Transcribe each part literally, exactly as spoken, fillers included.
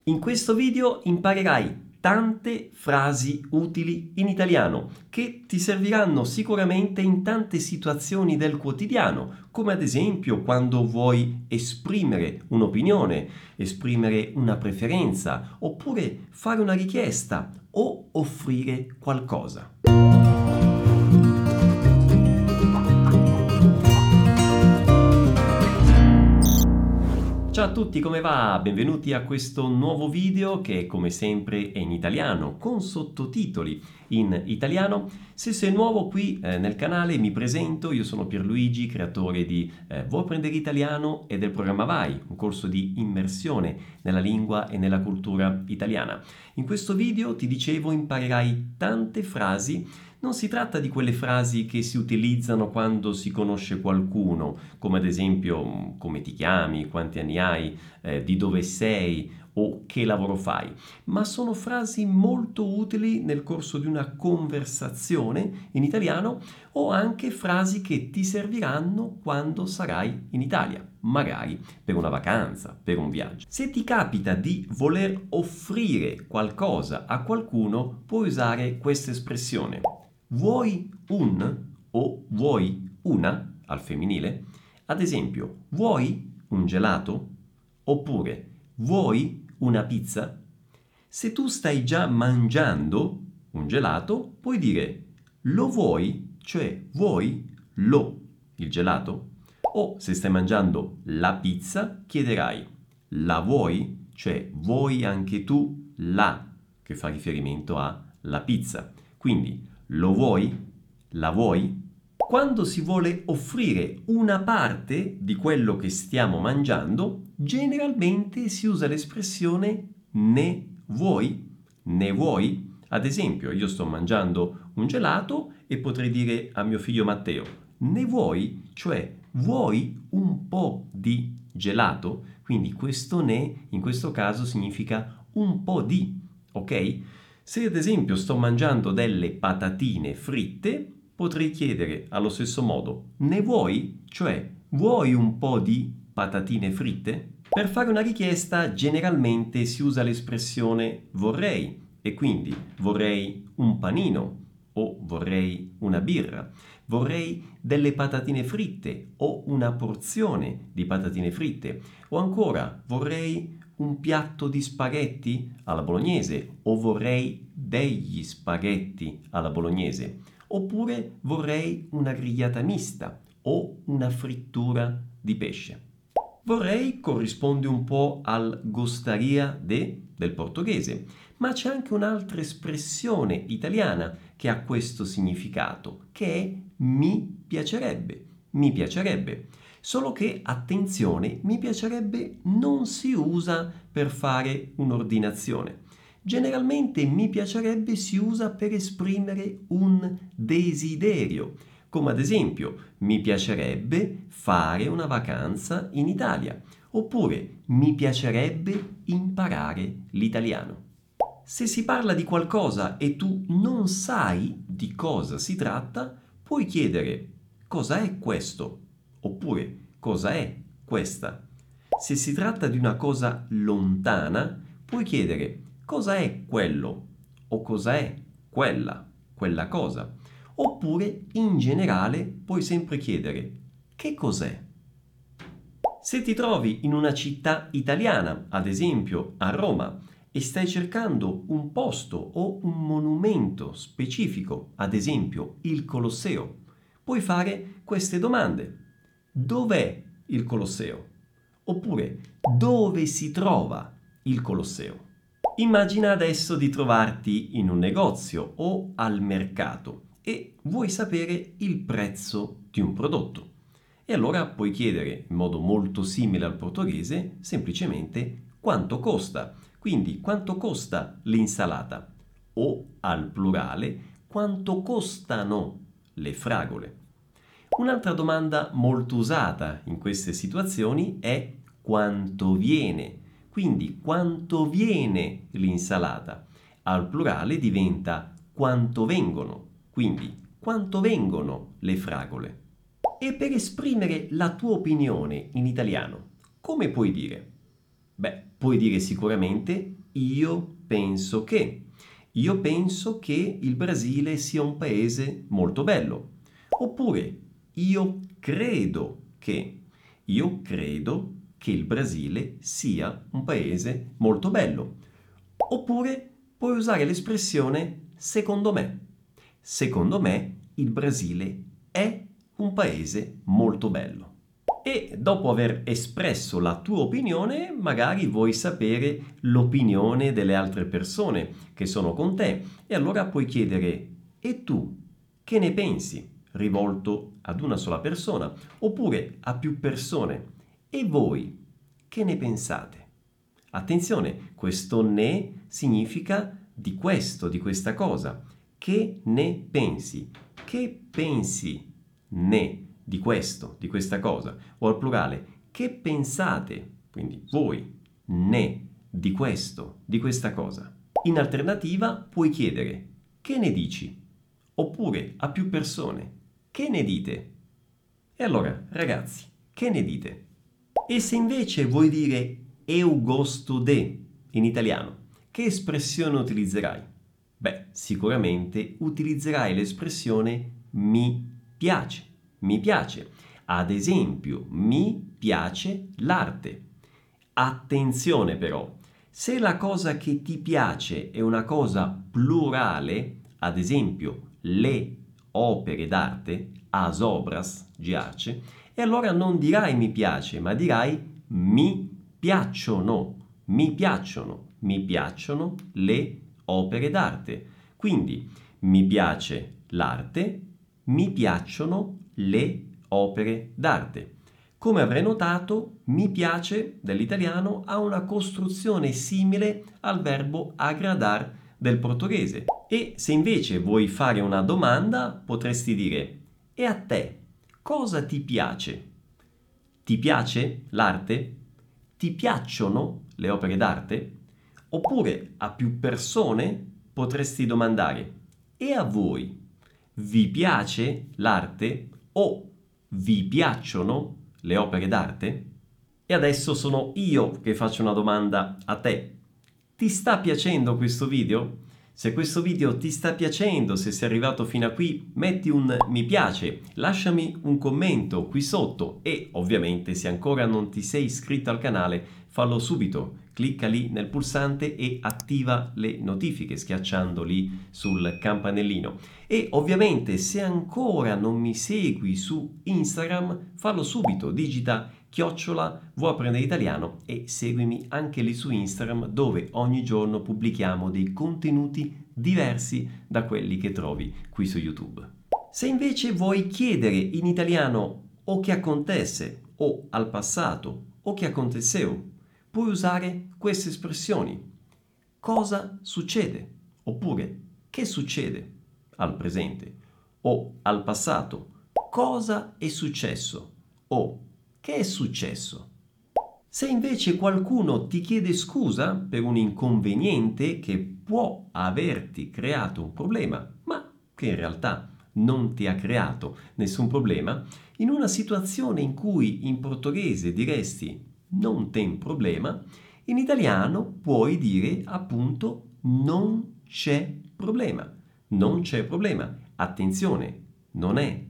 In questo video imparerai tante frasi utili in italiano che ti serviranno sicuramente in tante situazioni del quotidiano, come ad esempio quando vuoi esprimere un'opinione, esprimere una preferenza, oppure fare una richiesta o offrire qualcosa. Ciao a tutti, come va? Benvenuti a questo nuovo video che come sempre è in italiano, con sottotitoli in italiano. Se sei nuovo qui eh, nel canale mi presento, io sono Pierluigi, creatore di eh, Vuoi Apprendere Italiano e del programma Vai, un corso di immersione nella lingua e nella cultura italiana. In questo video, ti dicevo, imparerai tante frasi. Non si tratta di quelle frasi che si utilizzano quando si conosce qualcuno, come ad esempio come ti chiami, quanti anni hai, eh, di dove sei o che lavoro fai, ma sono frasi molto utili nel corso di una conversazione in italiano o anche frasi che ti serviranno quando sarai in Italia, magari per una vacanza, per un viaggio. Se ti capita di voler offrire qualcosa a qualcuno, puoi usare questa espressione. Vuoi un o vuoi una al femminile? Ad esempio, vuoi un gelato? Oppure vuoi una pizza? Se tu stai già mangiando un gelato, puoi dire lo vuoi, cioè vuoi lo, il gelato? O se stai mangiando la pizza, chiederai la vuoi, cioè vuoi anche tu la, che fa riferimento alla pizza. Quindi lo vuoi? La vuoi? Quando si vuole offrire una parte di quello che stiamo mangiando, generalmente si usa l'espressione ne vuoi? Ne vuoi? Ad esempio, io sto mangiando un gelato e potrei dire a mio figlio Matteo, ne vuoi? Cioè, vuoi un po' di gelato? Quindi questo ne, in questo caso, significa un po' di, ok? Se ad esempio sto mangiando delle patatine fritte, potrei chiedere allo stesso modo, ne vuoi? Cioè, vuoi un po' di patatine fritte? Per fare una richiesta generalmente si usa l'espressione vorrei e quindi vorrei un panino o vorrei una birra, vorrei delle patatine fritte o una porzione di patatine fritte o ancora vorrei un piatto di spaghetti alla bolognese o vorrei degli spaghetti alla bolognese oppure vorrei una grigliata mista o una frittura di pesce. Vorrei corrisponde un po' al gostaria de del portoghese, ma c'è anche un'altra espressione italiana che ha questo significato, che è mi piacerebbe. Mi piacerebbe. Solo che, attenzione, mi piacerebbe non si usa per fare un'ordinazione. Generalmente mi piacerebbe si usa per esprimere un desiderio, come ad esempio mi piacerebbe fare una vacanza in Italia, oppure mi piacerebbe imparare l'italiano. Se si parla di qualcosa e tu non sai di cosa si tratta, puoi chiedere cosa è questo? Oppure cosa è questa? Se si tratta di una cosa lontana, puoi chiedere cosa è quello? O cosa è quella? Quella cosa? Oppure in generale puoi sempre chiedere che cos'è? Se ti trovi in una città italiana, ad esempio a Roma, e stai cercando un posto o un monumento specifico, ad esempio il Colosseo, puoi fare queste domande. Dov'è il Colosseo? Oppure dove si trova il Colosseo? Immagina adesso di trovarti in un negozio o al mercato e vuoi sapere il prezzo di un prodotto. E allora puoi chiedere in modo molto simile al portoghese semplicemente quanto costa. Quindi quanto costa l'insalata? O al plurale quanto costano le fragole? Un'altra domanda molto usata in queste situazioni è quanto viene. Quindi quanto viene l'insalata? Al plurale diventa quanto vengono. Quindi quanto vengono le fragole? E per esprimere la tua opinione in italiano, come puoi dire? Beh, puoi dire sicuramente io penso che. Io penso che il Brasile sia un paese molto bello. Oppure io credo che. Io credo che il Brasile sia un paese molto bello. Oppure puoi usare l'espressione secondo me. Secondo me il Brasile è un paese molto bello. E dopo aver espresso la tua opinione, magari vuoi sapere l'opinione delle altre persone che sono con te e allora puoi chiedere: e tu che ne pensi? Rivolto ad una sola persona oppure a più persone. E voi che ne pensate? Attenzione, questo ne significa di questo, di questa cosa. Che ne pensi? Che pensi ne di questo, di questa cosa? O al plurale, che pensate? Quindi voi ne di questo, di questa cosa. In alternativa puoi chiedere: che ne dici? Oppure a più persone: che ne dite? E allora, ragazzi, che ne dite? E se invece vuoi dire eu gosto de in italiano, che espressione utilizzerai? Beh, sicuramente utilizzerai l'espressione mi piace. Mi piace. Ad esempio, mi piace l'arte. Attenzione però, se la cosa che ti piace è una cosa plurale, ad esempio le opere d'arte, as obras de arte, e allora non dirai mi piace, ma dirai mi piacciono, mi piacciono, mi piacciono le opere d'arte. Quindi mi piace l'arte, mi piacciono le opere d'arte. Come avrei notato, mi piace dell'italiano ha una costruzione simile al verbo agradar del portoghese. E se invece vuoi fare una domanda, potresti dire: e a te cosa ti piace? Ti piace l'arte? Ti piacciono le opere d'arte? Oppure a più persone potresti domandare: e a voi vi piace l'arte o vi piacciono le opere d'arte? E adesso sono io che faccio una domanda a te. Ti sta piacendo questo video? Se questo video ti sta piacendo, se sei arrivato fino a qui, metti un mi piace, lasciami un commento qui sotto e ovviamente se ancora non ti sei iscritto al canale, fallo subito. Clicca lì nel pulsante e attiva le notifiche schiacciando lì sul campanellino. E ovviamente se ancora non mi segui su Instagram, fallo subito, digita chiocciola vuoi apprendere italiano e seguimi anche lì su Instagram dove ogni giorno pubblichiamo dei contenuti diversi da quelli che trovi qui su YouTube. Se invece vuoi chiedere in italiano o che acontece o al passato o che aconteceu, puoi usare queste espressioni. Cosa succede? Oppure che succede al presente? O al passato. Cosa è successo? O che è successo? Se invece qualcuno ti chiede scusa per un inconveniente che può averti creato un problema, ma che in realtà non ti ha creato nessun problema, in una situazione in cui in portoghese diresti non ten problema, in italiano puoi dire appunto non c'è problema. Non c'è problema. Attenzione, non è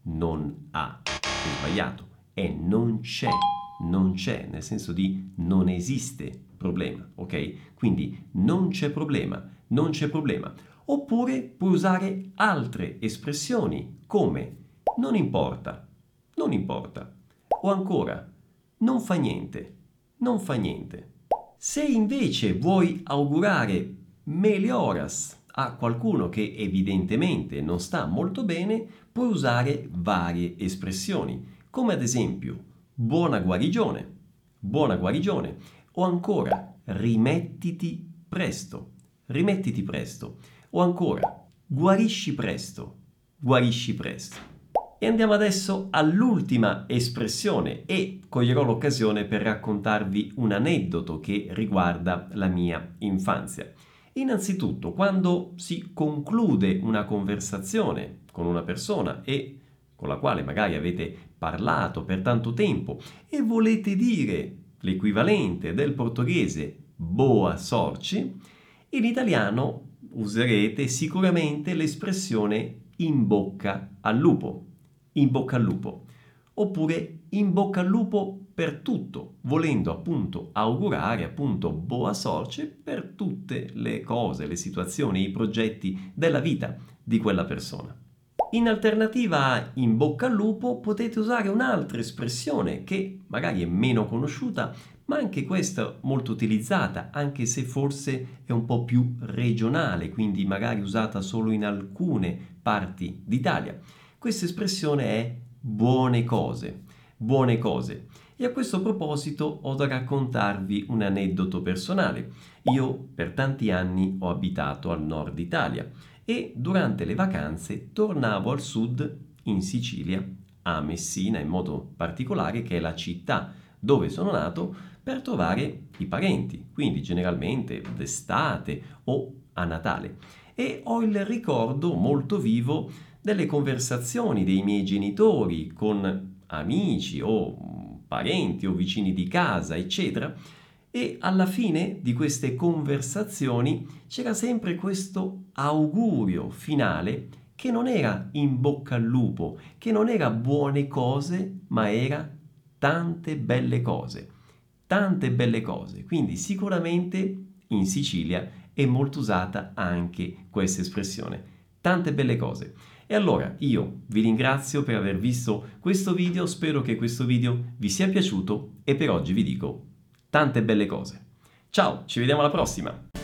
non ha, è sbagliato, è non c'è, non c'è, nel senso di non esiste problema, ok? Quindi non c'è problema, non c'è problema. Oppure puoi usare altre espressioni come non importa, non importa, o ancora non fa niente, non fa niente. Se invece vuoi augurare melioras a qualcuno che evidentemente non sta molto bene, puoi usare varie espressioni, come ad esempio buona guarigione, buona guarigione, o ancora rimettiti presto, rimettiti presto, o ancora guarisci presto, guarisci presto. E andiamo adesso all'ultima espressione e coglierò l'occasione per raccontarvi un aneddoto che riguarda la mia infanzia. Innanzitutto, quando si conclude una conversazione con una persona e con la quale magari avete parlato per tanto tempo e volete dire l'equivalente del portoghese boa sorci, in italiano userete sicuramente l'espressione in bocca al lupo, in bocca al lupo, oppure in bocca al lupo per tutto, volendo appunto augurare appunto boa sorte per tutte le cose, le situazioni, i progetti della vita di quella persona. In alternativa a in bocca al lupo potete usare un'altra espressione che magari è meno conosciuta, ma anche questa molto utilizzata, anche se forse è un po' più regionale, quindi magari usata solo in alcune parti d'Italia. Questa espressione è buone cose, buone cose. E a questo proposito ho da raccontarvi un aneddoto personale. Io per tanti anni ho abitato al nord Italia e durante le vacanze tornavo al sud, in Sicilia, a Messina in modo particolare, che è la città dove sono nato, per trovare i parenti, quindi generalmente d'estate o a Natale. E ho il ricordo molto vivo delle conversazioni dei miei genitori con amici o parenti o vicini di casa, eccetera, e alla fine di queste conversazioni c'era sempre questo augurio finale che non era in bocca al lupo, che non era buone cose, ma era tante belle cose. Tante belle cose. Quindi sicuramente in Sicilia è molto usata anche questa espressione. Tante belle cose. E allora io vi ringrazio per aver visto questo video, spero che questo video vi sia piaciuto e per oggi vi dico tante belle cose. Ciao, ci vediamo alla prossima!